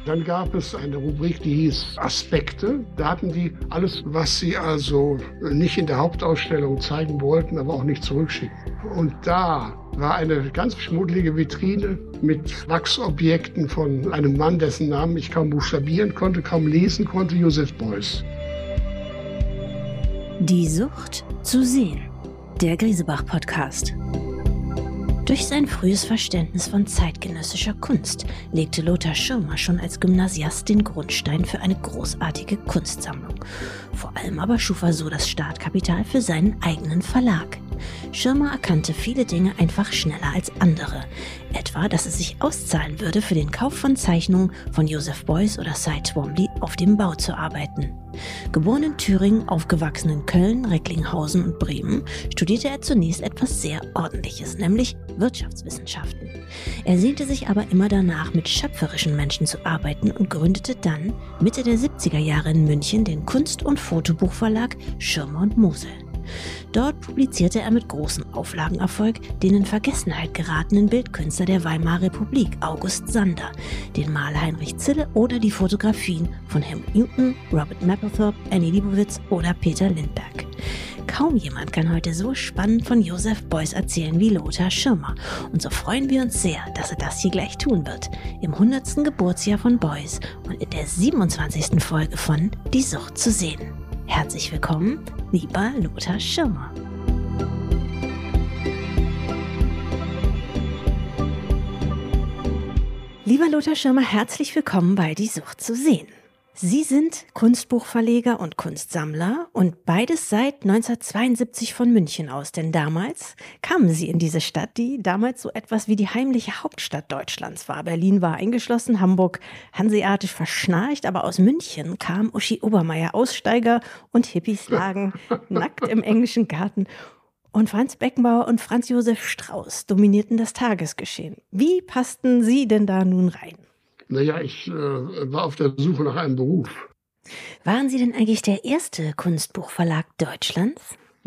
Dann gab es eine Rubrik, die hieß Aspekte. Da hatten die alles, was sie also nicht in der Hauptausstellung zeigen wollten, aber auch nicht zurückschicken. Und da war eine ganz schmuddelige Vitrine mit Wachsobjekten von einem Mann, dessen Namen ich kaum buchstabieren konnte, kaum lesen konnte, Joseph Beuys. Die Sucht zu sehen. Der Griesebach-Podcast. Durch sein frühes Verständnis von zeitgenössischer Kunst legte Lothar Schirmer schon als Gymnasiast den Grundstein für eine großartige Kunstsammlung. Vor allem aber schuf er so das Startkapital für seinen eigenen Verlag. Schirmer erkannte viele Dinge einfach schneller als andere. Etwa, dass es sich auszahlen würde, für den Kauf von Zeichnungen von Joseph Beuys oder Cy Twombly auf dem Bau zu arbeiten. Geboren in Thüringen, aufgewachsen in Köln, Recklinghausen und Bremen, studierte er zunächst etwas sehr Ordentliches, nämlich Wirtschaftswissenschaften. Er sehnte sich aber immer danach, mit schöpferischen Menschen zu arbeiten und gründete dann Mitte der 70er Jahre in München den Kunst- und Fotobuchverlag Schirmer und Mosel. Dort publizierte er mit großem Auflagenerfolg den in Vergessenheit geratenen Bildkünstler der Weimarer Republik, August Sander, den Maler Heinrich Zille oder die Fotografien von Helmut Newton, Robert Mapplethorpe, Annie Leibovitz oder Peter Lindbergh. Kaum jemand kann heute so spannend von Joseph Beuys erzählen wie Lothar Schirmer. Und so freuen wir uns sehr, dass er das hier gleich tun wird. Im 100. Geburtsjahr von Beuys und in der 27. Folge von Die Sucht zu sehen. Herzlich willkommen, lieber Lothar Schirmer. Lieber Lothar Schirmer, herzlich willkommen bei Die Sucht zu sehen. Sie sind Kunstbuchverleger und Kunstsammler und beides seit 1972 von München aus. Denn damals kamen Sie in diese Stadt, die damals so etwas wie die heimliche Hauptstadt Deutschlands war. Berlin war eingeschlossen, Hamburg hanseatisch verschnarcht, aber aus München kam Uschi Obermeier, Aussteiger und Hippies lagen nackt im englischen Garten. Und Franz Beckenbauer und Franz Josef Strauß dominierten das Tagesgeschehen. Wie passten Sie denn da nun rein? Naja, ich war auf der Suche nach einem Beruf. Waren Sie denn eigentlich der erste Kunstbuchverlag Deutschlands?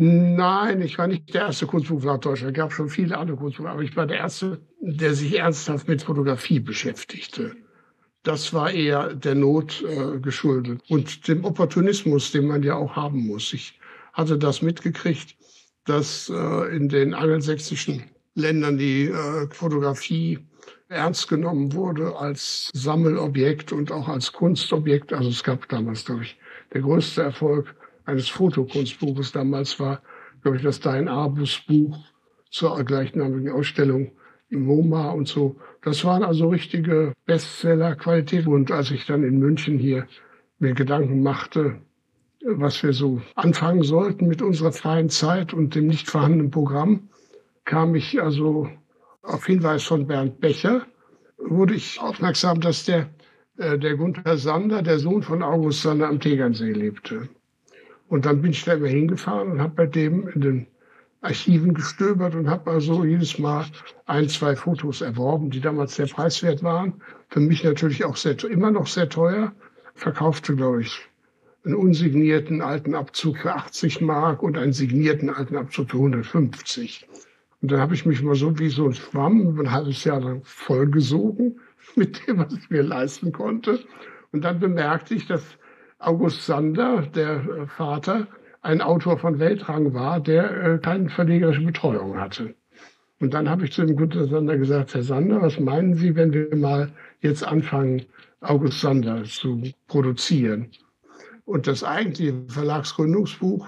Nein, ich war nicht der erste Kunstbuchverlag Deutschlands. Es gab schon viele andere Kunstbuchverlage, aber ich war der erste, der sich ernsthaft mit Fotografie beschäftigte. Das war eher der Not geschuldet und dem Opportunismus, den man ja auch haben muss. Ich hatte das mitgekriegt, dass in den angelsächsischen Ländern die Fotografie ernst genommen wurde als Sammelobjekt und auch als Kunstobjekt. Also es gab damals, glaube ich, der größte Erfolg eines Fotokunstbuches damals war, glaube ich, das Dein Arbus-Buch zur gleichnamigen Ausstellung im MoMA und so. Das waren also richtige Bestseller-Qualität. Und als ich dann in München hier mir Gedanken machte, was wir so anfangen sollten mit unserer freien Zeit und dem nicht vorhandenen Programm, kam ich also auf Hinweis von Bernd Becher, wurde ich aufmerksam, dass der Gunther Sander, der Sohn von August Sander, am Tegernsee lebte. Und dann bin ich da immer hingefahren und habe bei dem in den Archiven gestöbert und habe also jedes Mal 1, 2 Fotos erworben, die damals sehr preiswert waren. Für mich natürlich auch immer noch sehr teuer. Verkaufte, glaube ich, einen unsignierten alten Abzug für 80 Mark und einen signierten alten Abzug für 150. Und dann habe ich mich mal so wie so ein Schwamm ein halbes Jahr lang vollgesogen mit dem, was ich mir leisten konnte. Und dann bemerkte ich, dass August Sander, der Vater, ein Autor von Weltrang war, der keine verlegerische Betreuung hatte. Und dann habe ich zu dem Gunther Sander gesagt, Herr Sander, was meinen Sie, wenn wir mal jetzt anfangen, August Sander zu produzieren? Und das eigentliche Verlagsgründungsbuch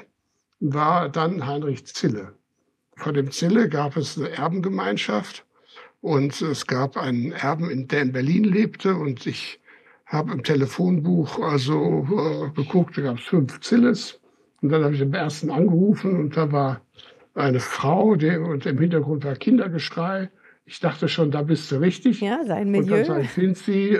war dann Heinrich Zille. Von dem Zille gab es eine Erbengemeinschaft und es gab einen Erben, der in Berlin lebte. Und ich habe im Telefonbuch also geguckt, da gab es 5 Zilles. Und dann habe ich den ersten angerufen und da war eine Frau, und im Hintergrund war Kindergeschrei. Ich dachte schon, da bist du richtig. Ja, sein Milieu. Und dann sage ich, sind Sie,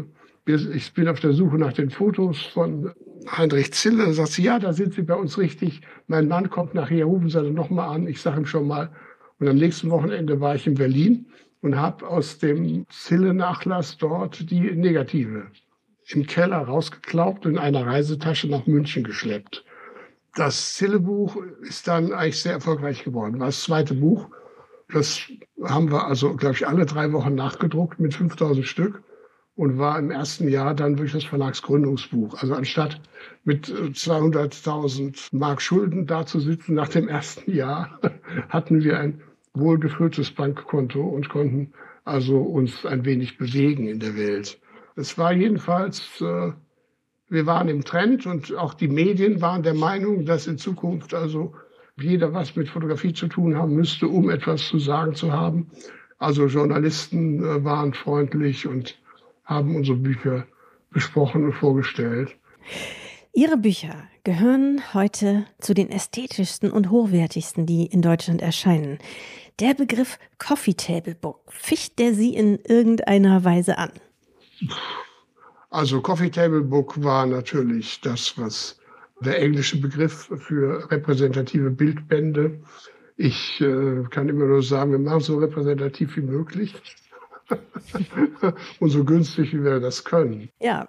ich bin auf der Suche nach den Fotos von Heinrich Zille. Dann sagt sie, ja, da sind Sie bei uns richtig. Mein Mann kommt nachher, rufen Sie dann nochmal an. Ich sage ihm schon mal. Und am nächsten Wochenende war ich in Berlin und habe aus dem Zille-Nachlass dort die Negative im Keller rausgeklaubt und in einer Reisetasche nach München geschleppt. Das Zille-Buch ist dann eigentlich sehr erfolgreich geworden. War das zweite Buch. Das haben wir also, glaube ich, alle 3 Wochen nachgedruckt mit 5000 Stück. und war im ersten Jahr dann durch das Verlagsgründungsbuch. Also anstatt mit 200.000 Mark Schulden dazusitzen nach dem ersten Jahr, hatten wir ein wohlgefülltes Bankkonto und konnten also uns ein wenig bewegen in der Welt. Es war jedenfalls, wir waren im Trend und auch die Medien waren der Meinung, dass in Zukunft also jeder was mit Fotografie zu tun haben müsste, um etwas zu sagen zu haben. Also Journalisten waren freundlich und haben unsere Bücher besprochen und vorgestellt. Ihre Bücher gehören heute zu den ästhetischsten und hochwertigsten, die in Deutschland erscheinen. Der Begriff Coffee Table Book, ficht der Sie in irgendeiner Weise an? Also Coffee Table Book war natürlich das, was der englische Begriff für repräsentative Bildbände. Ich kann immer nur sagen, wir machen es so repräsentativ wie möglich und so günstig, wie wir das können. Ja.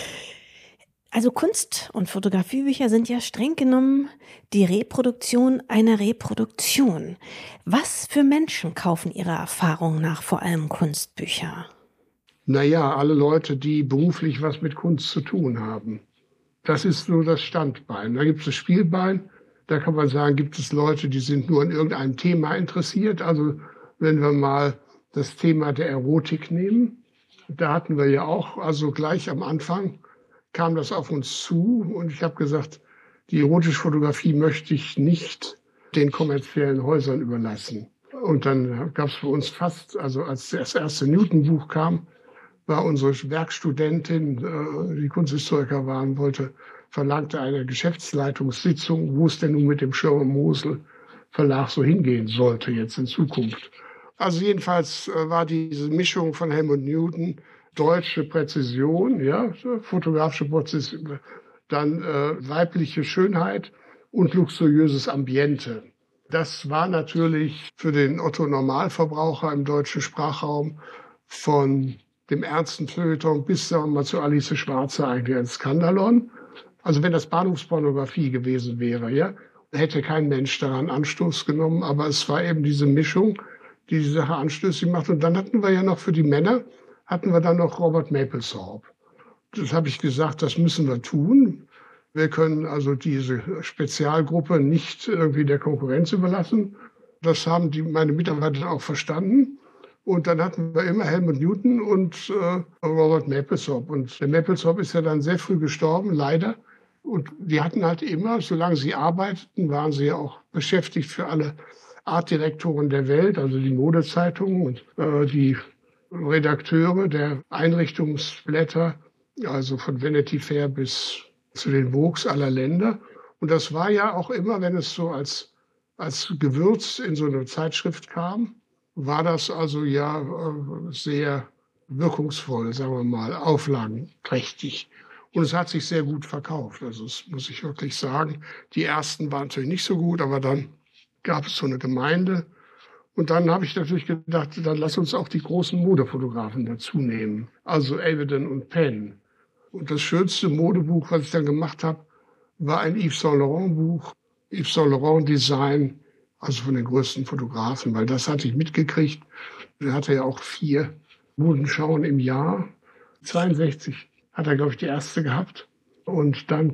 Also Kunst- und Fotografiebücher sind ja streng genommen die Reproduktion einer Reproduktion. Was für Menschen kaufen Ihrer Erfahrung nach vor allem Kunstbücher? Naja, alle Leute, die beruflich was mit Kunst zu tun haben. Das ist so das Standbein. Da gibt es das Spielbein. Da kann man sagen, gibt es Leute, die sind nur an irgendeinem Thema interessiert. Also wenn wir mal das Thema der Erotik nehmen, da hatten wir ja auch, also gleich am Anfang kam das auf uns zu und ich habe gesagt, die erotische Fotografie möchte ich nicht den kommerziellen Häusern überlassen. Und dann gab es für uns fast, also als das erste Newton-Buch kam, war unsere Werkstudentin, die Kunsthistoriker waren, verlangte eine Geschäftsleitungssitzung, wo es denn nun mit dem Schirmer-Mosel Verlag so hingehen sollte jetzt in Zukunft. Also jedenfalls war diese Mischung von Helmut Newton, deutsche Präzision, ja, fotografische Präzision, dann weibliche Schönheit und luxuriöses Ambiente. Das war natürlich für den Otto-Normalverbraucher im deutschen Sprachraum von dem ernsten Feuilleton bis, sagen wir mal, zu Alice Schwarzer eigentlich ein Skandalon. Also wenn das Bahnhofspornografie gewesen wäre, ja, hätte kein Mensch daran Anstoß genommen. Aber es war eben diese Mischung, die die Sache anstößig macht. Und dann hatten wir ja noch für die Männer, hatten wir dann noch Robert Mapplethorpe. Das habe ich gesagt, das müssen wir tun. Wir können also diese Spezialgruppe nicht irgendwie der Konkurrenz überlassen. Das haben meine Mitarbeiter auch verstanden. Und dann hatten wir immer Helmut Newton und Robert Mapplethorpe. Und der Mapplethorpe ist ja dann sehr früh gestorben, leider. Und die hatten halt immer, solange sie arbeiteten, waren sie ja auch beschäftigt für alle Artdirektoren der Welt, also die Modezeitungen und die Redakteure der Einrichtungsblätter, also von Vanity Fair bis zu den Vogues aller Länder. Und das war ja auch immer, wenn es so als Gewürz in so eine Zeitschrift kam, war das also ja sehr wirkungsvoll, sagen wir mal, auflagenträchtig. Und es hat sich sehr gut verkauft. Also das muss ich wirklich sagen. Die ersten waren natürlich nicht so gut, aber dann gab es so eine Gemeinde. Und dann habe ich natürlich gedacht, dann lass uns auch die großen Modefotografen dazu nehmen. Also Avedon und Penn. Und das schönste Modebuch, was ich dann gemacht habe, war ein Yves Saint Laurent Buch. Yves Saint Laurent Design, also von den größten Fotografen, weil das hatte ich mitgekriegt. Er hatte ja auch 4 Modenschauen im Jahr. 62 hat er, glaube ich, die erste gehabt. Und dann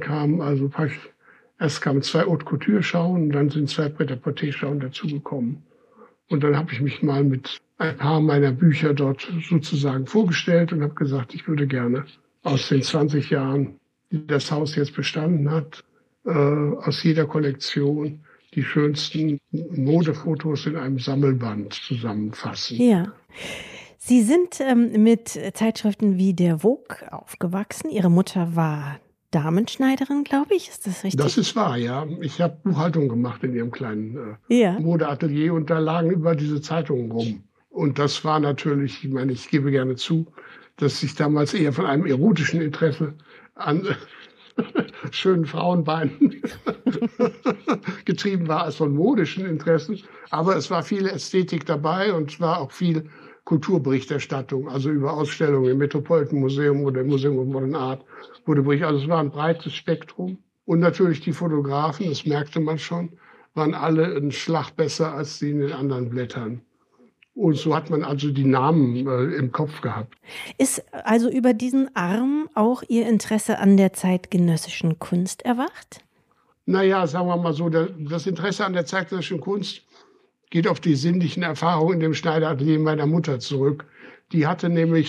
erst kamen 2 Haute Couture Schauen, dann sind 2 Prêt-à-porter Schauen dazugekommen. Und dann habe ich mich mal mit ein paar meiner Bücher dort sozusagen vorgestellt und habe gesagt, ich würde gerne aus den 20 Jahren, die das Haus jetzt bestanden hat, aus jeder Kollektion die schönsten Modefotos in einem Sammelband zusammenfassen. Ja. Sie sind mit Zeitschriften wie der Vogue aufgewachsen. Ihre Mutter war Damenschneiderin, glaube ich. Ist das richtig? Das ist wahr, ja. Ich habe Buchhaltung gemacht in ihrem kleinen Ja. Modeatelier und da lagen über diese Zeitungen rum. Und das war natürlich, ich meine, ich gebe gerne zu, dass ich damals eher von einem erotischen Interesse an schönen Frauenbeinen getrieben war als von modischen Interessen. Aber es war viel Ästhetik dabei und es war auch viel Kulturberichterstattung, also über Ausstellungen im Metropolitan Museum oder im Museum of Modern Art wurde berichtet. Also es war ein breites Spektrum. Und natürlich die Fotografen, das merkte man schon, waren alle einen Schlag besser als die in den anderen Blättern. Und so hat man also die Namen im Kopf gehabt. Ist also über diesen Arm auch Ihr Interesse an der zeitgenössischen Kunst erwacht? Naja, sagen wir mal so, das Interesse an der zeitgenössischen Kunst geht auf die sinnlichen Erfahrungen in dem Schneideratelier meiner Mutter zurück. Die hatte nämlich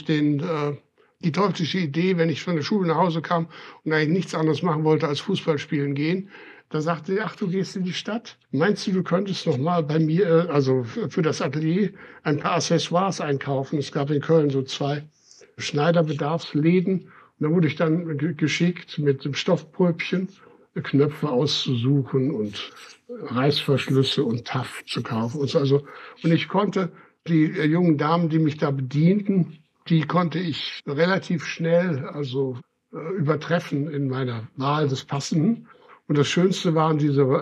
die teuflische Idee, wenn ich von der Schule nach Hause kam und eigentlich nichts anderes machen wollte als Fußball spielen gehen, da sagte sie, ach, du gehst in die Stadt. Meinst du könntest noch mal bei mir, also für das Atelier, ein paar Accessoires einkaufen? Es gab in Köln so 2 Schneiderbedarfsläden. Und da wurde ich dann geschickt, mit dem Stoffpröbchen Knöpfe auszusuchen und Reißverschlüsse und Taft zu kaufen. Und ich konnte die jungen Damen, die mich da bedienten, die konnte ich relativ schnell übertreffen in meiner Wahl des Passenden. Und das Schönste waren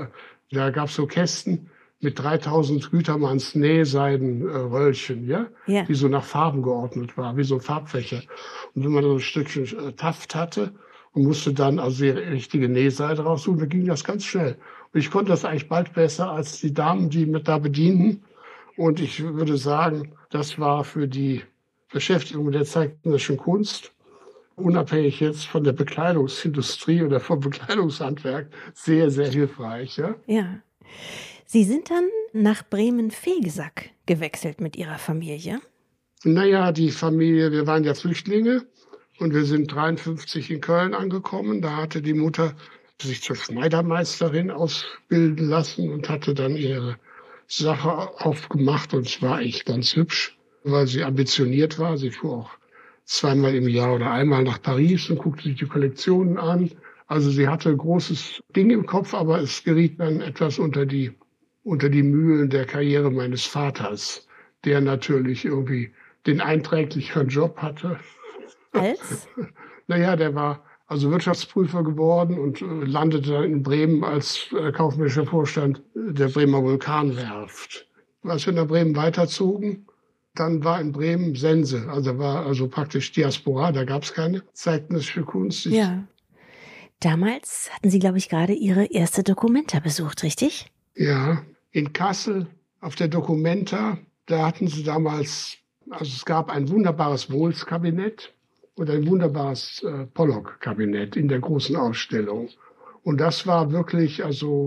da gab es so Kästen mit 3000 Gütermanns Nähseidenröllchen, die so nach Farben geordnet waren, wie so Farbfächer. Und wenn man so ein Stückchen Taft hatte und musste dann also die richtige Nähseite raussuchen, dann ging das ganz schnell. Und ich konnte das eigentlich bald besser als die Damen, die mich da bedienten. Und ich würde sagen, das war für die Beschäftigung mit der zeitgenössischen Kunst, unabhängig jetzt von der Bekleidungsindustrie oder vom Bekleidungshandwerk, sehr, sehr hilfreich. Ja. Sie sind dann nach Bremen-Vegesack gewechselt mit Ihrer Familie? Naja, die Familie, wir waren ja Flüchtlinge und wir sind 1953 in Köln angekommen. Da hatte die Mutter sich zur Schneidermeisterin ausbilden lassen und hatte dann ihre Sache aufgemacht. Und es war echt ganz hübsch, weil sie ambitioniert war. Sie fuhr auch 2-mal im Jahr oder einmal nach Paris und guckte sich die Kollektionen an. Also sie hatte ein großes Ding im Kopf, aber es geriet dann etwas unter die Mühlen der Karriere meines Vaters, der natürlich irgendwie den einträglicheren Job hatte. Als? Naja, der war also Wirtschaftsprüfer geworden und landete dann in Bremen als kaufmännischer Vorstand der Bremer Vulkanwerft. Als wir nach Bremen weiterzogen, dann war in Bremen Sense, also praktisch Diaspora, da gab es keine zeitgenössische Kunst. Ja. Damals hatten Sie, glaube ich, gerade Ihre erste Documenta besucht, richtig? Ja, in Kassel auf der Documenta, da hatten sie damals, also es gab ein wunderbares Wohls-Kabinett und ein wunderbares Pollock-Kabinett in der großen Ausstellung. Und das war wirklich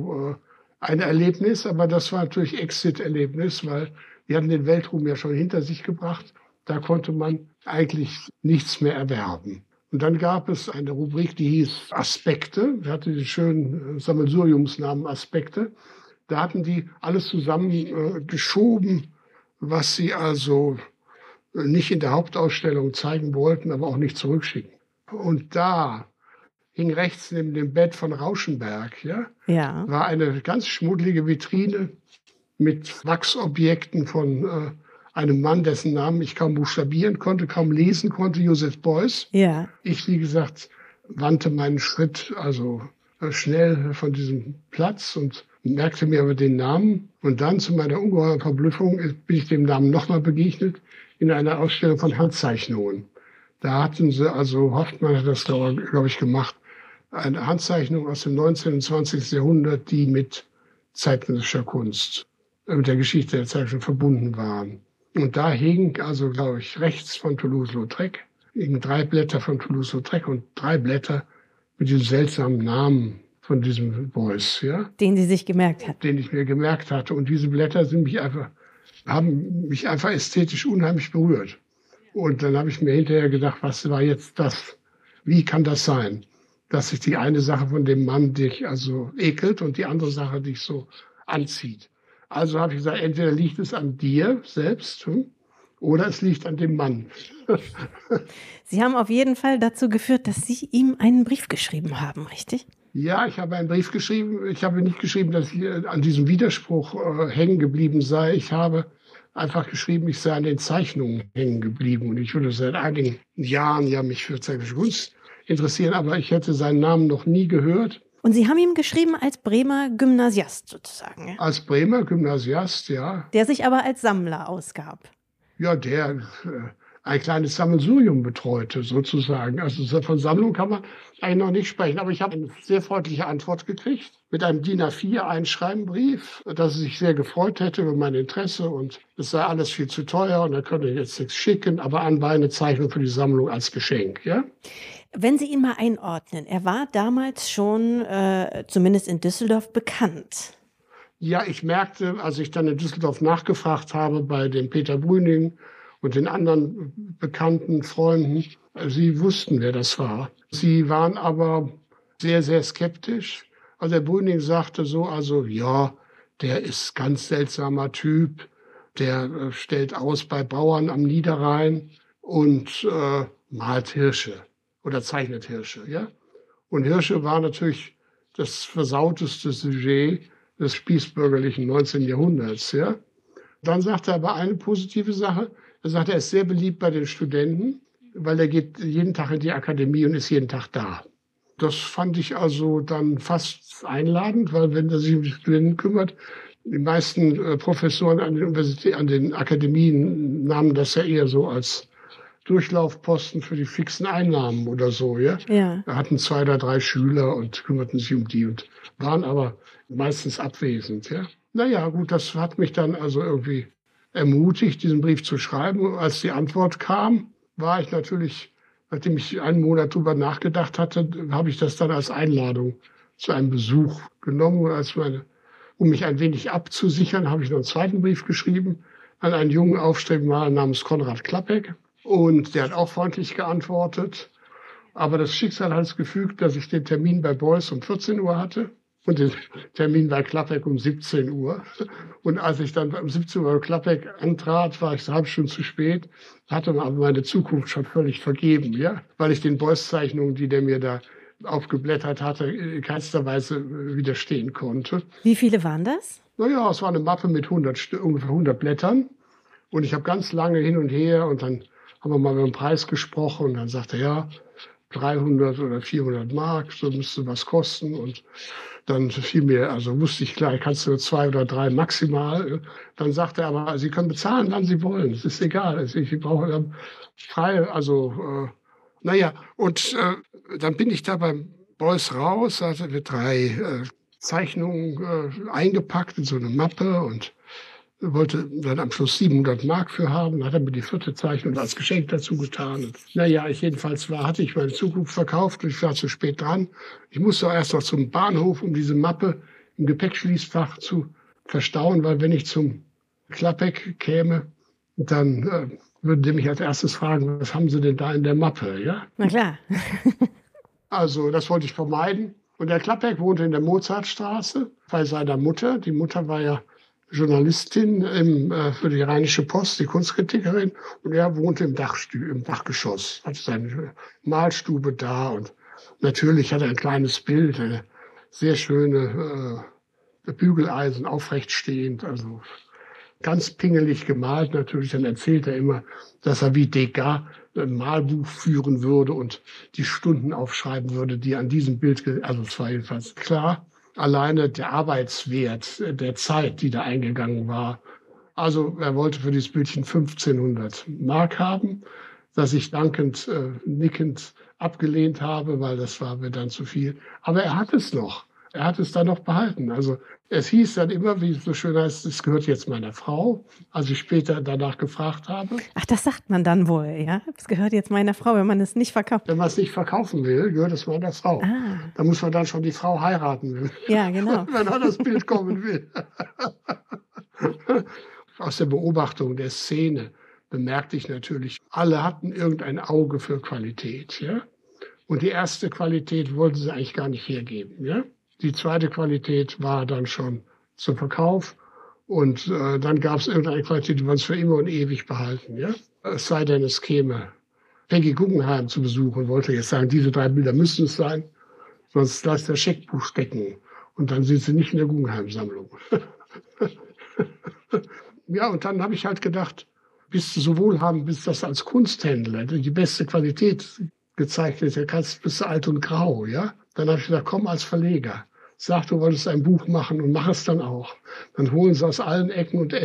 ein Erlebnis, aber das war natürlich Exit-Erlebnis, weil die hatten den Weltruhm ja schon hinter sich gebracht. Da konnte man eigentlich nichts mehr erwerben. Und dann gab es eine Rubrik, die hieß Aspekte. Die hatte den schönen Sammelsuriumsnamen Aspekte. Da hatten die alles zusammen geschoben, was sie also nicht in der Hauptausstellung zeigen wollten, aber auch nicht zurückschicken. Und da hing rechts neben dem Bett von Rauschenberg, war eine ganz schmuddelige Vitrine mit Wachsobjekten von einem Mann, dessen Namen ich kaum buchstabieren konnte, kaum lesen konnte, Joseph Beuys. Ja. Ich, wie gesagt, wandte meinen Schritt schnell von diesem Platz und merkte mir aber den Namen. Und dann zu meiner ungeheuren Verblüffung bin ich dem Namen nochmal begegnet in einer Ausstellung von Handzeichnungen. Da hatten sie, Hoffmann hat das, glaube ich, gemacht, eine Handzeichnung aus dem 19. und 20. Jahrhundert, die mit zeitgenössischer Kunst, mit der Geschichte der Zeit schon verbunden waren. Und da hing, glaube ich, rechts von Toulouse-Lautrec, hingen 3 Blätter von Toulouse-Lautrec und 3 Blätter mit diesem seltsamen Namen von diesem Beuys, Den Sie sich gemerkt hatten. Den ich mir gemerkt hatte. Und diese Blätter haben mich einfach ästhetisch unheimlich berührt. Und dann habe ich mir hinterher gedacht, was war jetzt das? Wie kann das sein, dass sich die eine Sache von dem Mann dich ekelt und die andere Sache dich so anzieht? Also habe ich gesagt, entweder liegt es an dir selbst oder es liegt an dem Mann. Sie haben auf jeden Fall dazu geführt, dass Sie ihm einen Brief geschrieben haben, richtig? Ja, ich habe einen Brief geschrieben. Ich habe nicht geschrieben, dass ich an diesem Widerspruch hängen geblieben sei. Ich habe einfach geschrieben, ich sei an den Zeichnungen hängen geblieben. Und ich würde seit einigen Jahren mich für zeitgenössische Kunst interessieren, aber ich hätte seinen Namen noch nie gehört. Und Sie haben ihm geschrieben als Bremer Gymnasiast sozusagen. Ja? Als Bremer Gymnasiast, ja. Der sich aber als Sammler ausgab. Ja, ein kleines Sammelsurium betreute, sozusagen. Also von Sammlung kann man eigentlich noch nicht sprechen. Aber ich habe eine sehr freundliche Antwort gekriegt mit einem DIN A4 Einschreibenbrief, dass sie sich sehr gefreut hätte über mein Interesse und es sei alles viel zu teuer und er könne jetzt nichts schicken, aber anbei eine Zeichnung für die Sammlung als Geschenk. Ja? Wenn Sie ihn mal einordnen, er war damals schon, zumindest in Düsseldorf, bekannt. Ja, ich merkte, als ich dann in Düsseldorf nachgefragt habe bei dem Peter Brüning und den anderen bekannten Freunden, sie wussten, wer das war. Sie waren aber sehr, sehr skeptisch. Also der Brüning sagte so, also ja, der ist ganz seltsamer Typ, der stellt aus bei Bauern am Niederrhein und malt Hirsche oder zeichnet Hirsche. Ja? Und Hirsche war natürlich das versauteste Sujet des spießbürgerlichen 19. Jahrhunderts. Ja? Dann sagt er aber eine positive Sache. Er sagt, er ist sehr beliebt bei den Studenten, weil er geht jeden Tag in die Akademie und ist jeden Tag da. Das fand ich also dann fast einladend, weil wenn er sich um die Studenten kümmert, die meisten Professoren an den Universitäten, an den Akademien nahmen das ja eher so als Durchlaufposten für die fixen Einnahmen oder so. Ja? Ja. Wir hatten 2 oder 3 Schüler und kümmerten sich um die und waren aber meistens abwesend. Ja? Naja, gut, das hat mich dann also irgendwie ermutigt, diesen Brief zu schreiben. Und als die Antwort kam, war ich natürlich, nachdem ich einen Monat drüber nachgedacht hatte, habe ich das dann als Einladung zu einem Besuch genommen. Um mich ein wenig abzusichern, habe ich noch einen zweiten Brief geschrieben an einen jungen aufstrebenden Maler namens Konrad Klappek. Und der hat auch freundlich geantwortet. Aber das Schicksal hat es gefügt, dass ich den Termin bei Beuys um 14 Uhr hatte und den Termin bei Klappek um 17 Uhr. Und als ich dann um 17 Uhr bei Klappek antrat, war ich eine halbe Stunde zu spät, hatte aber meine Zukunft schon völlig vergeben, ja, weil ich den Beuys-Zeichnungen, die der mir da aufgeblättert hatte, in keinster Weise widerstehen konnte. Wie viele waren das? Naja, es war eine Mappe mit ungefähr 100 Blättern. Und ich habe ganz lange hin und her und dann haben wir mal über den Preis gesprochen und dann sagte er, ja, 300 oder 400 Mark, so müsste was kosten. Und dann fiel mir, also wusste ich klar, kannst du 2 oder 3 maximal. Dann sagte er aber, Sie können bezahlen, wann Sie wollen. Es ist egal. Ich brauche frei, also, naja. Und dann bin ich da beim Beuys raus, hatte wir 3 Zeichnungen eingepackt in so eine Mappe und wollte dann am Schluss 700 Mark für haben. Dann hat er mir die 4. Zeichnung als Geschenk dazu getan. Und naja, hatte ich meine Zukunft verkauft und ich war zu spät dran. Ich musste erst noch zum Bahnhof, um diese Mappe im Gepäckschließfach zu verstauen, weil wenn ich zum Klappek käme, dann würden die mich als erstes fragen, was haben Sie denn da in der Mappe? Ja? Na klar. Also das wollte ich vermeiden. Und der Klappek wohnte in der Mozartstraße bei seiner Mutter. Die Mutter war ja Journalistin für die Rheinische Post, die Kunstkritikerin, und er wohnte im Dachgeschoss, hatte seine Malstube da und natürlich hat er ein kleines Bild, eine sehr schöne Bügeleisen, aufrecht stehend, also ganz pingelig gemalt natürlich. Dann erzählt er immer, dass er wie Degas ein Malbuch führen würde und die Stunden aufschreiben würde, die an diesem Bild, also es war jedenfalls klar, alleine der Arbeitswert der Zeit, die da eingegangen war. Also er wollte für dieses Bildchen 1500 Mark haben, das ich dankend, nickend abgelehnt habe, weil das war mir dann zu viel. Aber er hat es noch. Er hat es dann noch behalten. Also es hieß dann immer, wie es so schön heißt, es gehört jetzt meiner Frau, als ich später danach gefragt habe. Ach, das sagt man dann wohl, ja? Es gehört jetzt meiner Frau, wenn man es nicht verkauft. Wenn man es nicht verkaufen will, gehört es meiner Frau. Ah. Da muss man dann schon die Frau heiraten. Ja, genau. Wenn er das Bild kommen will. Aus der Beobachtung der Szene bemerkte ich natürlich, alle hatten irgendein Auge für Qualität. Ja? Und die erste Qualität wollten sie eigentlich gar nicht hergeben. Ja? Die zweite Qualität war dann schon zum Verkauf. Und dann gab es irgendeine Qualität, die wir uns für immer und ewig behalten. Ja? Es sei denn, es käme Peggy Guggenheim zu Besuch und wollte jetzt sagen, diese 3 Bilder müssen es sein, sonst lässt der Scheckbuch stecken. Und dann sind sie nicht in der Guggenheim-Sammlung. Ja, und dann habe ich halt gedacht, bist du so wohlhabend, bist das als Kunsthändler, die beste Qualität gezeichnet, bist du alt und grau, ja? Dann habe ich gesagt, komm als Verleger. Sag, du wolltest ein Buch machen und mach es dann auch. Dann holen sie aus allen Ecken und Enden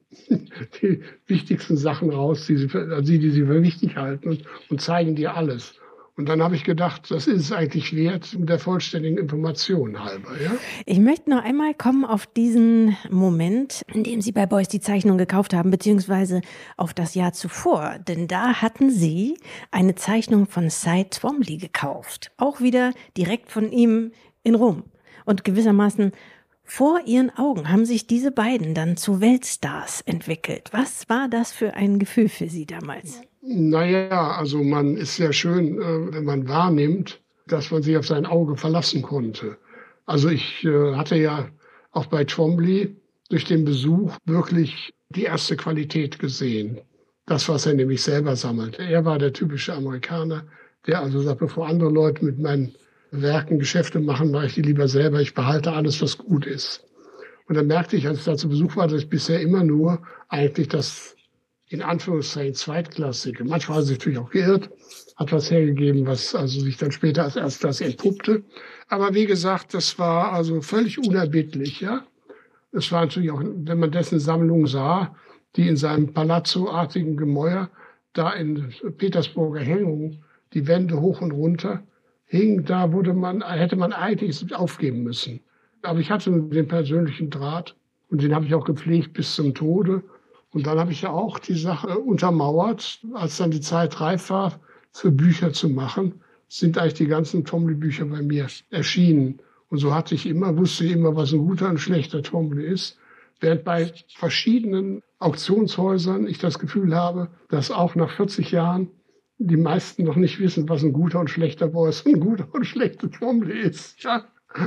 die wichtigsten Sachen raus, die sie für wichtig halten und zeigen dir alles. Und dann habe ich gedacht, das ist es eigentlich wert, der vollständigen Information halber. Ja? Ich möchte noch einmal kommen auf diesen Moment, in dem Sie bei Beuys die Zeichnung gekauft haben, beziehungsweise auf das Jahr zuvor. Denn da hatten Sie eine Zeichnung von Cy Twombly gekauft. Auch wieder direkt von ihm in Rom. Und gewissermaßen vor Ihren Augen haben sich diese beiden dann zu Weltstars entwickelt. Was war das für ein Gefühl für Sie damals? Naja, also man ist sehr schön, wenn man wahrnimmt, dass man sich auf sein Auge verlassen konnte. Also ich hatte ja auch bei Twombly durch den Besuch wirklich die erste Qualität gesehen. Das, was er nämlich selber sammelte. Er war der typische Amerikaner, der also sagt, bevor andere Leute mit meinen Werken Geschäfte machen, mache ich die lieber selber. Ich behalte alles, was gut ist. Und dann merkte ich, als ich da zu Besuch war, dass ich bisher immer nur eigentlich das in Anführungszeichen Zweitklassige. Manchmal hat er sich natürlich auch geirrt, hat was hergegeben, was also sich dann später als Erstklasse entpuppte. Aber wie gesagt, das war also völlig unerbittlich, ja. Es war natürlich auch, wenn man dessen Sammlung sah, die in seinem Palazzo-artigen Gemäuer da in Petersburger Hängung, die Wände hoch und runter hing, da hätte man eigentlich aufgeben müssen. Aber ich hatte den persönlichen Draht und den habe ich auch gepflegt bis zum Tode. Und dann habe ich ja auch die Sache untermauert, als dann die Zeit reif war, für Bücher zu machen, sind eigentlich die ganzen Twombly-Bücher bei mir erschienen. Und so wusste ich immer, was ein guter und schlechter Twombly ist. Während bei verschiedenen Auktionshäusern ich das Gefühl habe, dass auch nach 40 Jahren die meisten noch nicht wissen, was ein guter und schlechter Beuys und ein guter und schlechter Twombly ist. Ja.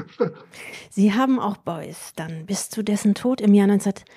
Sie haben auch Beuys dann bis zu dessen Tod im Jahr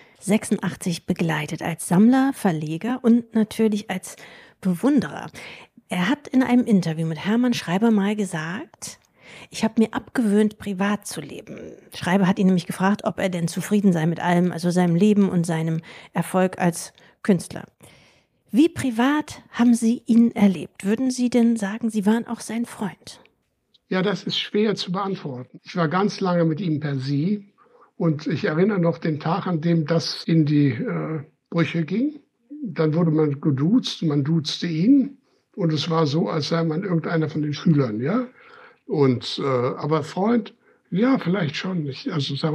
1986 begleitet, als Sammler, Verleger und natürlich als Bewunderer. Er hat in einem Interview mit Hermann Schreiber mal gesagt, ich habe mir abgewöhnt, privat zu leben. Schreiber hat ihn nämlich gefragt, ob er denn zufrieden sei mit allem, also seinem Leben und seinem Erfolg als Künstler. Wie privat haben Sie ihn erlebt? Würden Sie denn sagen, Sie waren auch sein Freund? Ja, das ist schwer zu beantworten. Ich war ganz lange mit ihm per Sie und ich erinnere noch den Tag, an dem das in die Brüche ging. Dann wurde man geduzt, man duzte ihn und es war so, als sei man irgendeiner von den Schülern, ja. Und aber Freund, ja, vielleicht schon. Ich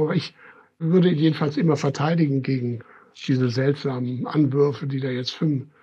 würde ihn jedenfalls immer verteidigen gegen diese seltsamen Anwürfe, die da jetzt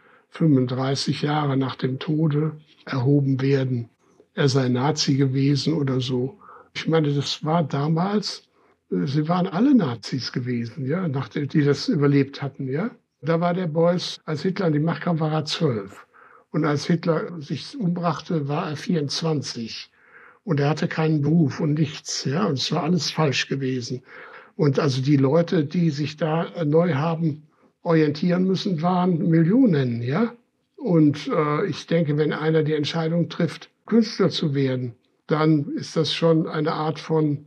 35 Jahre nach dem Tode erhoben werden. Er sei Nazi gewesen oder so. Ich meine, das war damals, sie waren alle Nazis gewesen, ja, die das überlebt hatten, ja. Da war der Beuys, als Hitler an die Macht kam, war er 12. Und als Hitler sich umbrachte, war er 24. Und er hatte keinen Beruf und nichts, ja. Und es war alles falsch gewesen. Und also die Leute, die sich da neu haben orientieren müssen, waren Millionen, ja. Und ich denke, wenn einer die Entscheidung trifft, Künstler zu werden, dann ist das schon eine Art von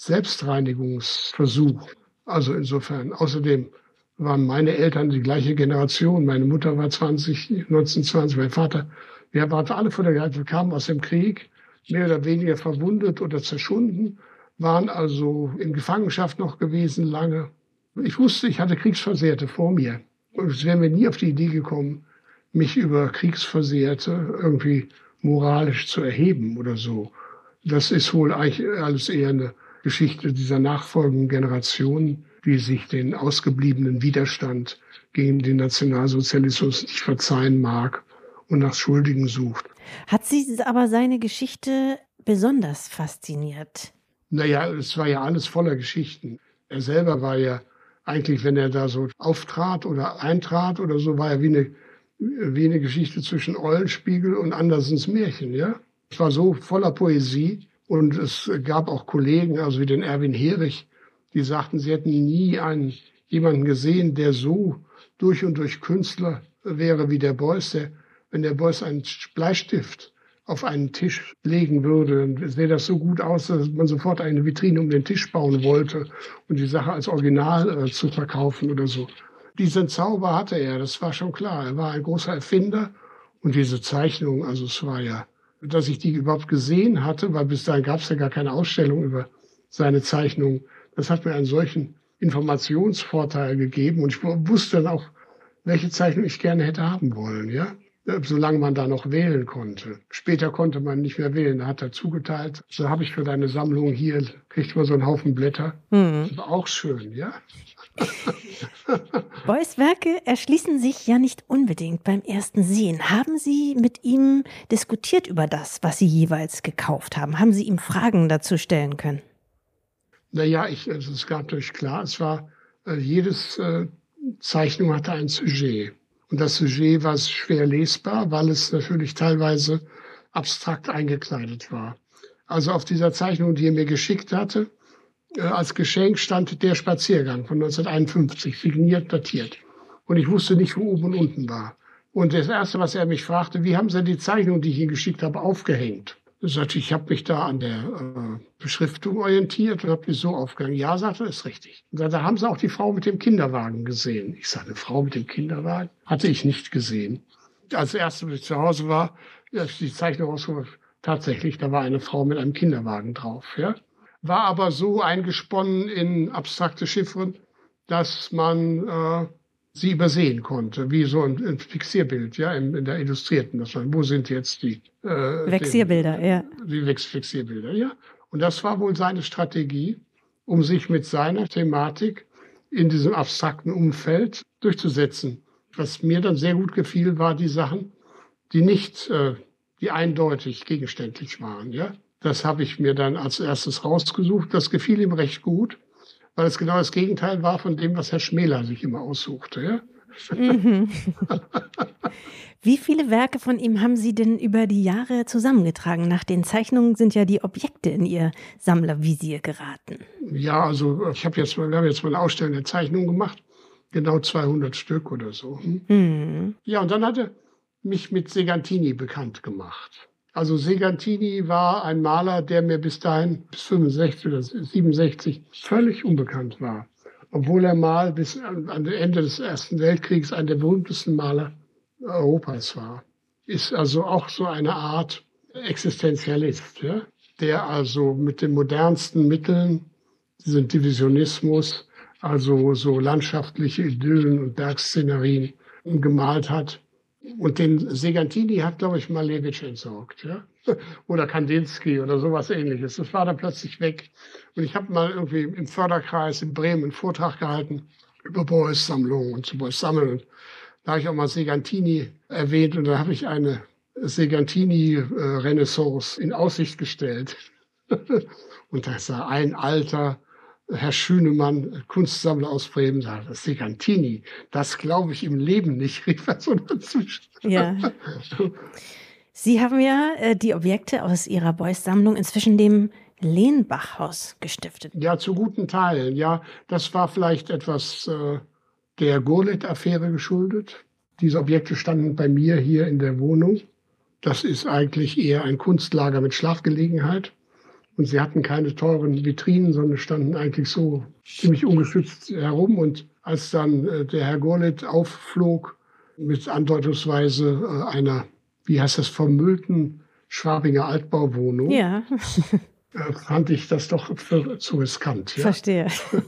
Selbstreinigungsversuch. Also insofern. Außerdem waren meine Eltern die gleiche Generation. Meine Mutter war 1920, mein Vater. Wir waren alle wir kamen aus dem Krieg, mehr oder weniger verwundet oder zerschunden, waren also in Gefangenschaft noch gewesen lange. Ich wusste, ich hatte Kriegsversehrte vor mir. Und es wäre mir nie auf die Idee gekommen, mich über Kriegsversehrte irgendwie moralisch zu erheben oder so. Das ist wohl eigentlich alles eher eine Geschichte dieser nachfolgenden Generationen, die sich den ausgebliebenen Widerstand gegen den Nationalsozialismus nicht verzeihen mag und nach Schuldigen sucht. Hat Sie aber seine Geschichte besonders fasziniert? Naja, es war ja alles voller Geschichten. Er selber war ja eigentlich, wenn er da so auftrat oder eintrat oder so, war er wie eine Geschichte zwischen Eulenspiegel und Andersens Märchen, ja. Es war so voller Poesie und es gab auch Kollegen, also wie den Erwin Herich, die sagten, sie hätten nie jemanden gesehen, der so durch und durch Künstler wäre wie der Beuys. Wenn der Beuys einen Bleistift auf einen Tisch legen würde, dann sähe das so gut aus, dass man sofort eine Vitrine um den Tisch bauen wollte und die Sache als Original zu verkaufen oder so. Diesen Zauber hatte er, das war schon klar. Er war ein großer Erfinder und diese Zeichnung, also es war ja, dass ich die überhaupt gesehen hatte, weil bis dahin gab es ja gar keine Ausstellung über seine Zeichnung. Das hat mir einen solchen Informationsvorteil gegeben. Und ich wusste dann auch, welche Zeichnung ich gerne hätte haben wollen, ja. Solange man da noch wählen konnte. Später konnte man nicht mehr wählen, da hat er zugeteilt. So habe ich für deine Sammlung hier, kriegt man so einen Haufen Blätter. Das war auch schön, ja. Beuys Werke erschließen sich ja nicht unbedingt beim ersten Sehen. Haben Sie mit ihm diskutiert über das, was Sie jeweils gekauft haben? Haben Sie ihm Fragen dazu stellen können? Naja, es gab natürlich klar, es war, jedes Zeichnung hatte ein Sujet. Und das Sujet war schwer lesbar, weil es natürlich teilweise abstrakt eingekleidet war. Also auf dieser Zeichnung, die er mir geschickt hatte, als Geschenk stand Der Spaziergang von 1951, signiert, datiert. Und ich wusste nicht, wo oben und unten war. Und das Erste, was er mich fragte, wie haben Sie die Zeichnung, die ich Ihnen geschickt habe, aufgehängt? Ich sagte, ich habe mich da an der Beschriftung orientiert und habe die so aufgehängt. Ja, sagte er, ist richtig. Und sagte, haben Sie auch die Frau mit dem Kinderwagen gesehen? Ich sagte, eine Frau mit dem Kinderwagen? Hatte ich nicht gesehen. Als erstes, als ich zu Hause war, als die Zeichnung rausgeholt, tatsächlich, da war eine Frau mit einem Kinderwagen drauf. Ja? War aber so eingesponnen in abstrakte Chiffren, dass man sie übersehen konnte, wie so ein Fixierbild, ja, in der Illustrierten. Wo sind jetzt die Vexierbilder, die Vexierbilder, ja. Und das war wohl seine Strategie, um sich mit seiner Thematik in diesem abstrakten Umfeld durchzusetzen. Was mir dann sehr gut gefiel, war die Sachen, die nicht, die eindeutig gegenständlich waren, ja. Das habe ich mir dann als erstes rausgesucht. Das gefiel ihm recht gut, weil es genau das Gegenteil war von dem, was Herr Schmäler sich immer aussuchte. Ja? Wie viele Werke von ihm haben Sie denn über die Jahre zusammengetragen? Nach den Zeichnungen sind ja die Objekte in Ihr Sammlervisier geraten. Ja, also wir haben jetzt mal eine Ausstellung der Zeichnungen gemacht. Genau 200 Stück oder so. Ja, und dann hat er mich mit Segantini bekannt gemacht. Also Segantini war ein Maler, der mir bis dahin, bis 65 oder 67, völlig unbekannt war. Obwohl er mal bis an Ende des Ersten Weltkriegs einer der berühmtesten Maler Europas war. Ist also auch so eine Art Existenzialist, ja? Der also mit den modernsten Mitteln, diesen Divisionismus, also so landschaftliche Idyllen und Bergszenerien gemalt hat. Und den Segantini hat, glaube ich, Malevich entsorgt, ja? Oder Kandinsky oder sowas Ähnliches. Das war dann plötzlich weg. Und ich habe mal irgendwie im Förderkreis in Bremen einen Vortrag gehalten über Beuys Sammlung und zu Beuys Sammeln. Und da habe ich auch mal Segantini erwähnt und da habe ich eine Segantini-Renaissance in Aussicht gestellt. Und da ist da ein alter Herr Schünemann, Kunstsammler aus Bremen, sagt, das Segantini, das glaube ich im Leben nicht, rief er so dazwischen. Ja. Sie haben ja die Objekte aus Ihrer Beuys-Sammlung inzwischen dem Lenbach-Haus gestiftet. Ja, zu guten Teilen. Ja, das war vielleicht etwas der Gurlitt-Affäre geschuldet. Diese Objekte standen bei mir hier in der Wohnung. Das ist eigentlich eher ein Kunstlager mit Schlafgelegenheit. Und sie hatten keine teuren Vitrinen, sondern standen eigentlich so ziemlich ungeschützt herum. Und als dann der Herr Gurlitt aufflog mit andeutungsweise einer, wie heißt das, vermüllten Schwabinger Altbauwohnung, ja. Fand ich das doch zu riskant. Ja? Verstehe.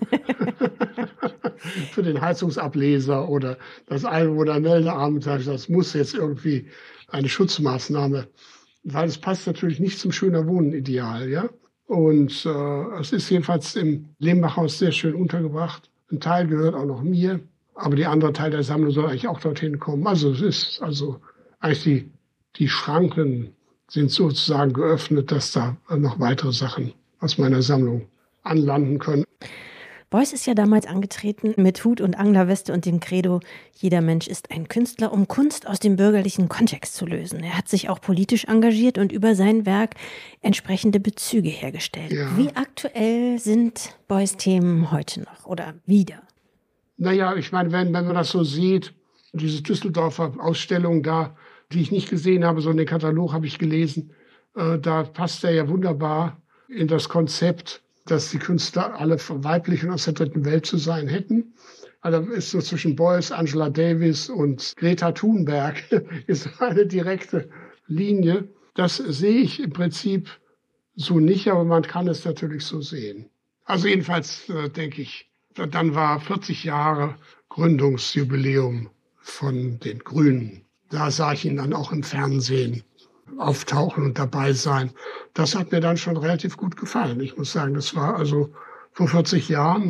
Für den Heizungsableser oder das Einwohnermeldeamt, das muss jetzt irgendwie eine Schutzmaßnahme, weil es passt natürlich nicht zum schöner Wohnen-Ideal, ja. Und es ist jedenfalls im Lenbach-Haus sehr schön untergebracht. Ein Teil gehört auch noch mir, aber die andere Teil der Sammlung soll eigentlich auch dorthin kommen. Also es ist eigentlich die Schranken sind sozusagen geöffnet, dass da noch weitere Sachen aus meiner Sammlung anlanden können. Beuys ist ja damals angetreten mit Hut und Anglerweste und dem Credo, jeder Mensch ist ein Künstler, um Kunst aus dem bürgerlichen Kontext zu lösen. Er hat sich auch politisch engagiert und über sein Werk entsprechende Bezüge hergestellt. Ja. Wie aktuell sind Beuys Themen heute noch oder wieder? Naja, ich meine, wenn man das so sieht, diese Düsseldorfer Ausstellung da, die ich nicht gesehen habe, sondern den Katalog habe ich gelesen, da passt er ja wunderbar in das Konzept, dass die Künstler alle weiblich und aus der dritten Welt zu sein hätten. Also ist so zwischen Beuys, Angela Davis und Greta Thunberg ist eine direkte Linie. Das sehe ich im Prinzip so nicht, aber man kann es natürlich so sehen. Also jedenfalls denke ich, Dann war 40 Jahre Gründungsjubiläum von den Grünen. Da sah ich ihn dann auch im Fernsehen auftauchen und dabei sein. Das hat mir dann schon relativ gut gefallen. Ich muss sagen, das war also vor 40 Jahren,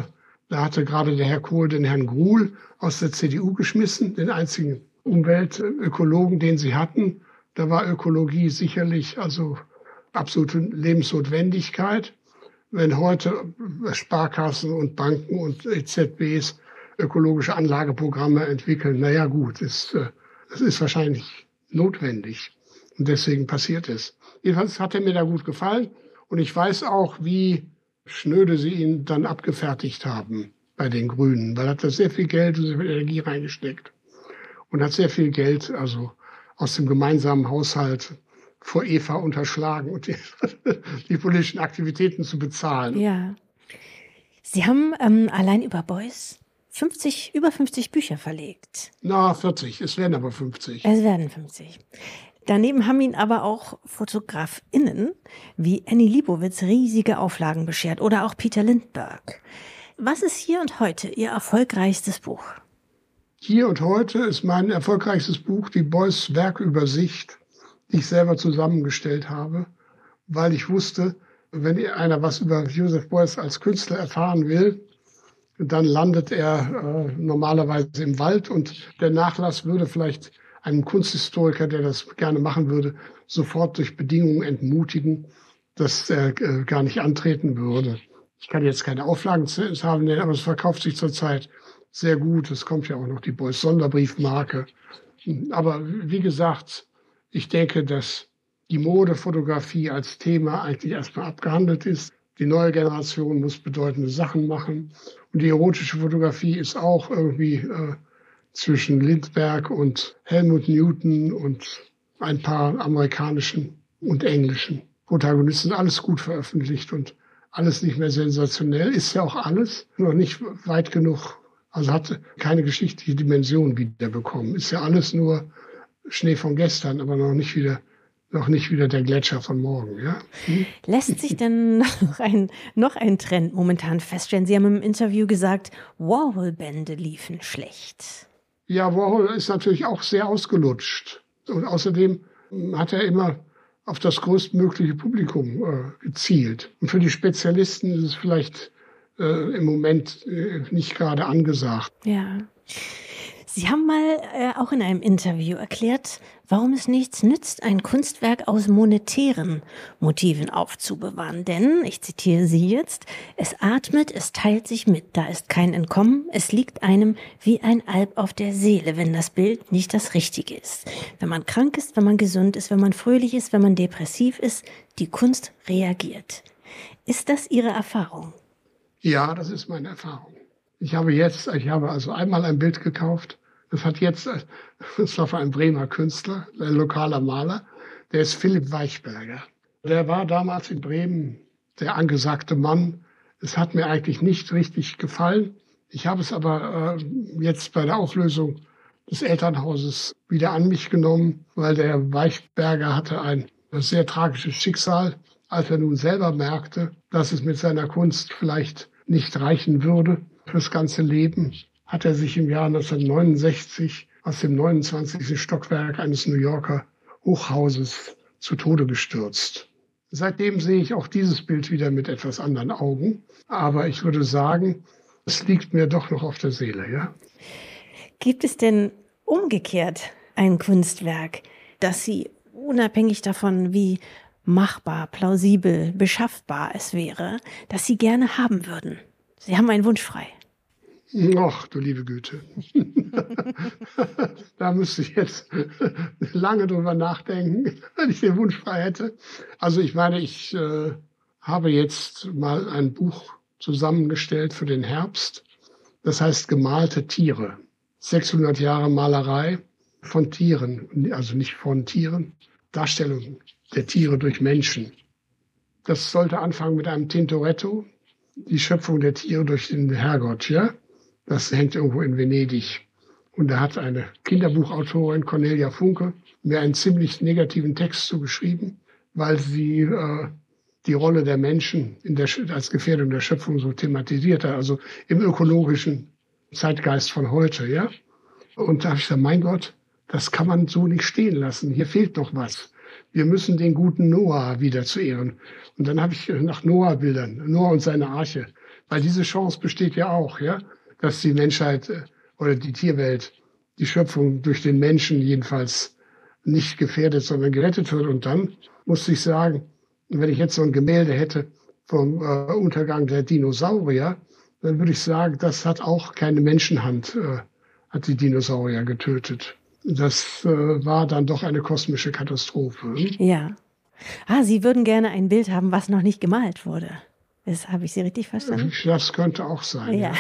da hatte gerade der Herr Kohl den Herrn Gruhl aus der CDU geschmissen, den einzigen Umweltökologen, den sie hatten. Da war Ökologie sicherlich also absolute Lebensnotwendigkeit. Wenn heute Sparkassen und Banken und EZBs ökologische Anlageprogramme entwickeln, naja gut, es ist wahrscheinlich notwendig. Und deswegen passiert es. Jedenfalls hat er mir da gut gefallen. Und ich weiß auch, wie schnöde sie ihn dann abgefertigt haben bei den Grünen. Weil er hat da sehr viel Geld und sehr viel Energie reingesteckt. Und hat sehr viel Geld also aus dem gemeinsamen Haushalt vor Eva unterschlagen und die politischen Aktivitäten zu bezahlen. Ja. Sie haben allein über Beuys über 50 Bücher verlegt. Na, 40. Es werden aber 50. Es werden 50. Daneben haben ihn aber auch FotografInnen wie Annie Leibovitz riesige Auflagen beschert oder auch Peter Lindbergh. Was ist hier und heute Ihr erfolgreichstes Buch? Hier und heute ist mein erfolgreichstes Buch die Beuys Werkübersicht, die ich selber zusammengestellt habe, weil ich wusste, wenn einer was über Joseph Beuys als Künstler erfahren will, dann landet er normalerweise im Wald und der Nachlass würde vielleicht einem Kunsthistoriker, der das gerne machen würde, sofort durch Bedingungen entmutigen, dass er gar nicht antreten würde. Ich kann jetzt keine Auflagenzahlen nennen, aber es verkauft sich zurzeit sehr gut. Es kommt ja auch noch die Beuys Sonderbriefmarke. Aber wie gesagt, ich denke, dass die Modefotografie als Thema eigentlich erstmal abgehandelt ist. Die neue Generation muss bedeutende Sachen machen. Und die erotische Fotografie ist auch irgendwie zwischen Lindbergh und Helmut Newton und ein paar amerikanischen und englischen Protagonisten alles gut veröffentlicht und alles nicht mehr sensationell. Ist ja auch alles, noch nicht weit genug, also hat keine geschichtliche Dimension wiederbekommen. Ist ja alles nur Schnee von gestern, aber noch nicht wieder der Gletscher von morgen. Ja? Lässt sich denn noch ein Trend momentan feststellen? Sie haben im Interview gesagt, Warhol-Bände liefen schlecht. Ja, Warhol ist natürlich auch sehr ausgelutscht. Und außerdem hat er immer auf das größtmögliche Publikum gezielt. Und für die Spezialisten ist es vielleicht im Moment nicht gerade angesagt. Ja. Sie haben mal auch in einem Interview erklärt, warum es nichts nützt, ein Kunstwerk aus monetären Motiven aufzubewahren. Denn, ich zitiere Sie jetzt, es atmet, es teilt sich mit, da ist kein Entkommen, es liegt einem wie ein Alp auf der Seele, wenn das Bild nicht das Richtige ist. Wenn man krank ist, wenn man gesund ist, wenn man fröhlich ist, wenn man depressiv ist, die Kunst reagiert. Ist das Ihre Erfahrung? Ja, das ist meine Erfahrung. Ich habe also einmal ein Bild gekauft. Das war für einen Bremer Künstler, ein lokaler Maler. Der ist Philipp Weichberger. Der war damals in Bremen der angesagte Mann. Es hat mir eigentlich nicht richtig gefallen. Ich habe es aber jetzt bei der Auflösung des Elternhauses wieder an mich genommen, weil der Weichberger hatte ein sehr tragisches Schicksal, als er nun selber merkte, dass es mit seiner Kunst vielleicht nicht reichen würde fürs ganze Leben, hat er sich im Jahr 1969 aus dem 29. Stockwerk eines New Yorker Hochhauses zu Tode gestürzt. Seitdem sehe ich auch dieses Bild wieder mit etwas anderen Augen. Aber ich würde sagen, es liegt mir doch noch auf der Seele, ja. Gibt es denn umgekehrt ein Kunstwerk, das Sie unabhängig davon, wie machbar, plausibel, beschaffbar es wäre, das Sie gerne haben würden? Sie haben einen Wunsch frei. Ach, du liebe Güte. Da müsste ich jetzt lange drüber nachdenken, wenn ich den Wunsch frei hätte. Also ich meine, ich habe jetzt mal ein Buch zusammengestellt für den Herbst. Das heißt Gemalte Tiere. 600 Jahre Malerei von Tieren, also nicht von Tieren. Darstellung der Tiere durch Menschen. Das sollte anfangen mit einem Tintoretto. Die Schöpfung der Tiere durch den Herrgott, ja. Das hängt irgendwo in Venedig. Und da hat eine Kinderbuchautorin, Cornelia Funke, mir einen ziemlich negativen Text zugeschrieben, weil sie die Rolle der Menschen als Gefährdung der Schöpfung so thematisiert hat, also im ökologischen Zeitgeist von heute, ja. Und da habe ich gesagt, mein Gott, das kann man so nicht stehen lassen. Hier fehlt noch was. Wir müssen den guten Noah wieder zu ehren. Und dann habe ich nach Noah-Bildern, Noah und seine Arche, weil diese Chance besteht ja auch, ja, dass die Menschheit oder die Tierwelt, die Schöpfung durch den Menschen jedenfalls nicht gefährdet, sondern gerettet wird. Und dann musste ich sagen, wenn ich jetzt so ein Gemälde hätte vom Untergang der Dinosaurier, dann würde ich sagen, das hat auch keine Menschenhand, hat die Dinosaurier getötet. Das war dann doch eine kosmische Katastrophe. Ja. Sie würden gerne ein Bild haben, was noch nicht gemalt wurde. Das habe ich Sie richtig verstanden? Das könnte auch sein. Ja.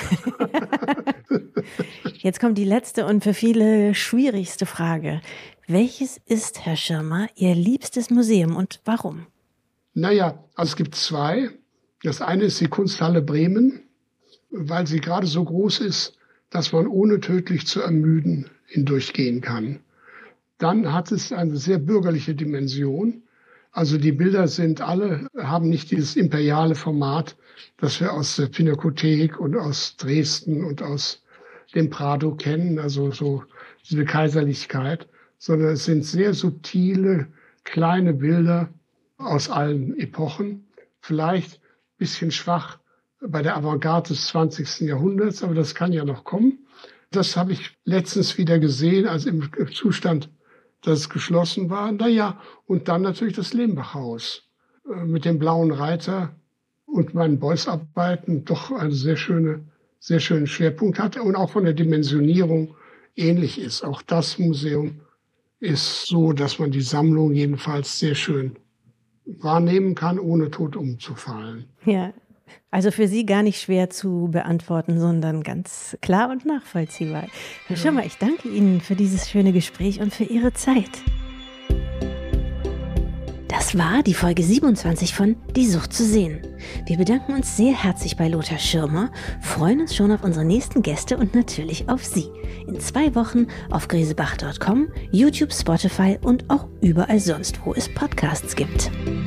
Jetzt kommt die letzte und für viele schwierigste Frage. Welches ist, Herr Schirmer, Ihr liebstes Museum und warum? Naja, also es gibt zwei. Das eine ist die Kunsthalle Bremen, weil sie gerade so groß ist, dass man ohne tödlich zu ermüden hindurchgehen kann. Dann hat es eine sehr bürgerliche Dimension. Also die Bilder haben nicht dieses imperiale Format, das wir aus der Pinakothek und aus Dresden und aus dem Prado kennen, also so diese Kaiserlichkeit, sondern es sind sehr subtile, kleine Bilder aus allen Epochen. Vielleicht ein bisschen schwach bei der Avantgarde des 20. Jahrhunderts, aber das kann ja noch kommen. Das habe ich letztens wieder gesehen, als im Zustand, dass es geschlossen war. Naja, und dann natürlich das Lehmbach-Haus mit dem Blauen Reiter und meinen Beuys-Arbeiten doch einen sehr schönen Schwerpunkt hat und auch von der Dimensionierung ähnlich ist. Auch das Museum ist so, dass man die Sammlung jedenfalls sehr schön wahrnehmen kann, ohne tot umzufallen. Ja, also für Sie gar nicht schwer zu beantworten, sondern ganz klar und nachvollziehbar. Herr Schirmer, ich danke Ihnen für dieses schöne Gespräch und für Ihre Zeit. Das war die Folge 27 von Die Sucht zu sehen. Wir bedanken uns sehr herzlich bei Lothar Schirmer, freuen uns schon auf unsere nächsten Gäste und natürlich auf Sie. In 2 Wochen auf grisebach.com, YouTube, Spotify und auch überall sonst, wo es Podcasts gibt.